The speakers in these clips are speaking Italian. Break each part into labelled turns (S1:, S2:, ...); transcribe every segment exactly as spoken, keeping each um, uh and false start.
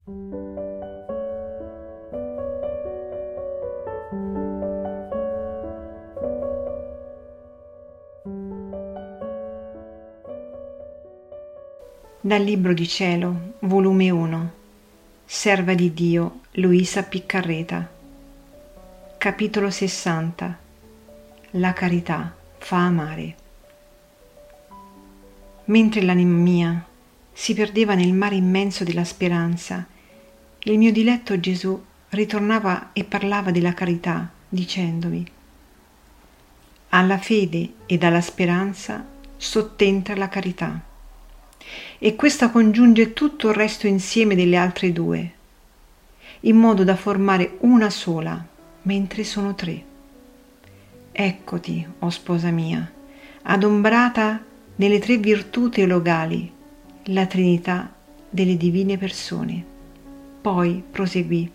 S1: Dal Libro di Cielo, volume uno, Serva di Dio, Luisa Piccarreta. Capitolo sessanta. La carità fa amare. Mentre l'anima mia si perdeva nel mare immenso della speranza, il mio diletto Gesù ritornava e parlava della carità, dicendomi: alla fede ed alla speranza sottentra la carità, e questa congiunge tutto il resto insieme delle altre due, in modo da formare una sola, mentre sono tre. Eccoti, o sposa mia, adombrata nelle tre virtù teologali, la Trinità delle divine persone. Poi proseguì: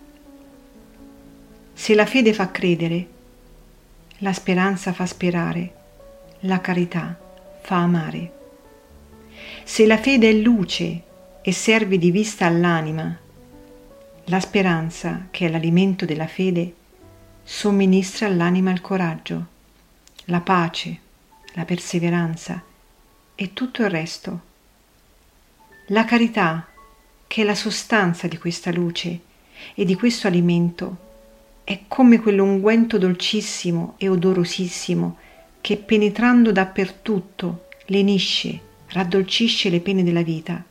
S1: se la fede fa credere, la speranza fa sperare, la carità fa amare. Se la fede è luce e serve di vista all'anima, la speranza, che è l'alimento della fede, somministra all'anima il coraggio, la pace, la perseveranza e tutto il resto. La carità, che è la sostanza di questa luce e di questo alimento, è come quell'unguento dolcissimo e odorosissimo che, penetrando dappertutto, lenisce, raddolcisce le pene della vita.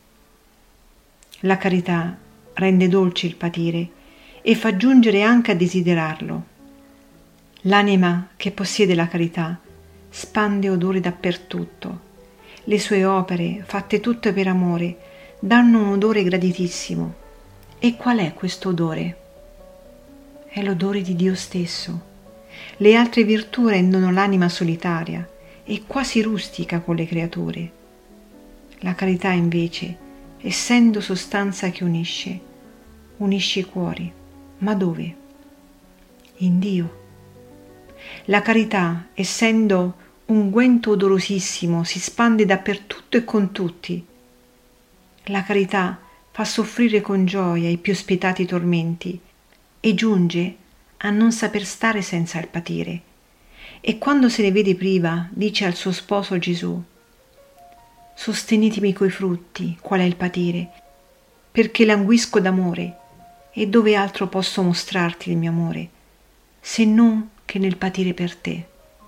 S1: La carità rende dolce il patire e fa giungere anche a desiderarlo. L'anima che possiede la carità spande odore dappertutto. Le sue opere, fatte tutte per amore, danno un odore graditissimo. E qual è questo odore? È l'odore di Dio stesso. Le altre virtù rendono l'anima solitaria e quasi rustica con le creature. La carità invece, essendo sostanza che unisce, unisce i cuori. Ma dove? In Dio. La carità, essendo unguento odorosissimo, si spande dappertutto e con tutti. La carità fa soffrire con gioia i più spietati tormenti e giunge a non saper stare senza il patire. E quando se ne vede priva, dice al suo sposo Gesù: sostenitemi coi frutti, qual è il patire, perché languisco d'amore, e dove altro posso mostrarti il mio amore, se non che nel patire per te.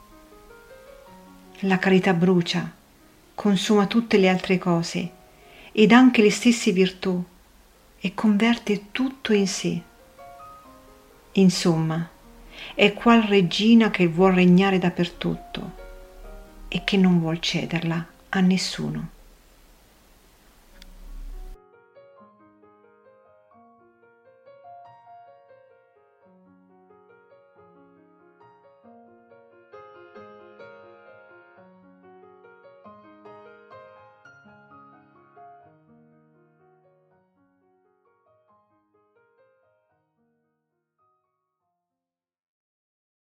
S1: La carità brucia, consuma tutte le altre cose, ed anche le stesse virtù, e converte tutto in sé. Insomma, è qual regina che vuol regnare dappertutto e che non vuol cederla a nessuno.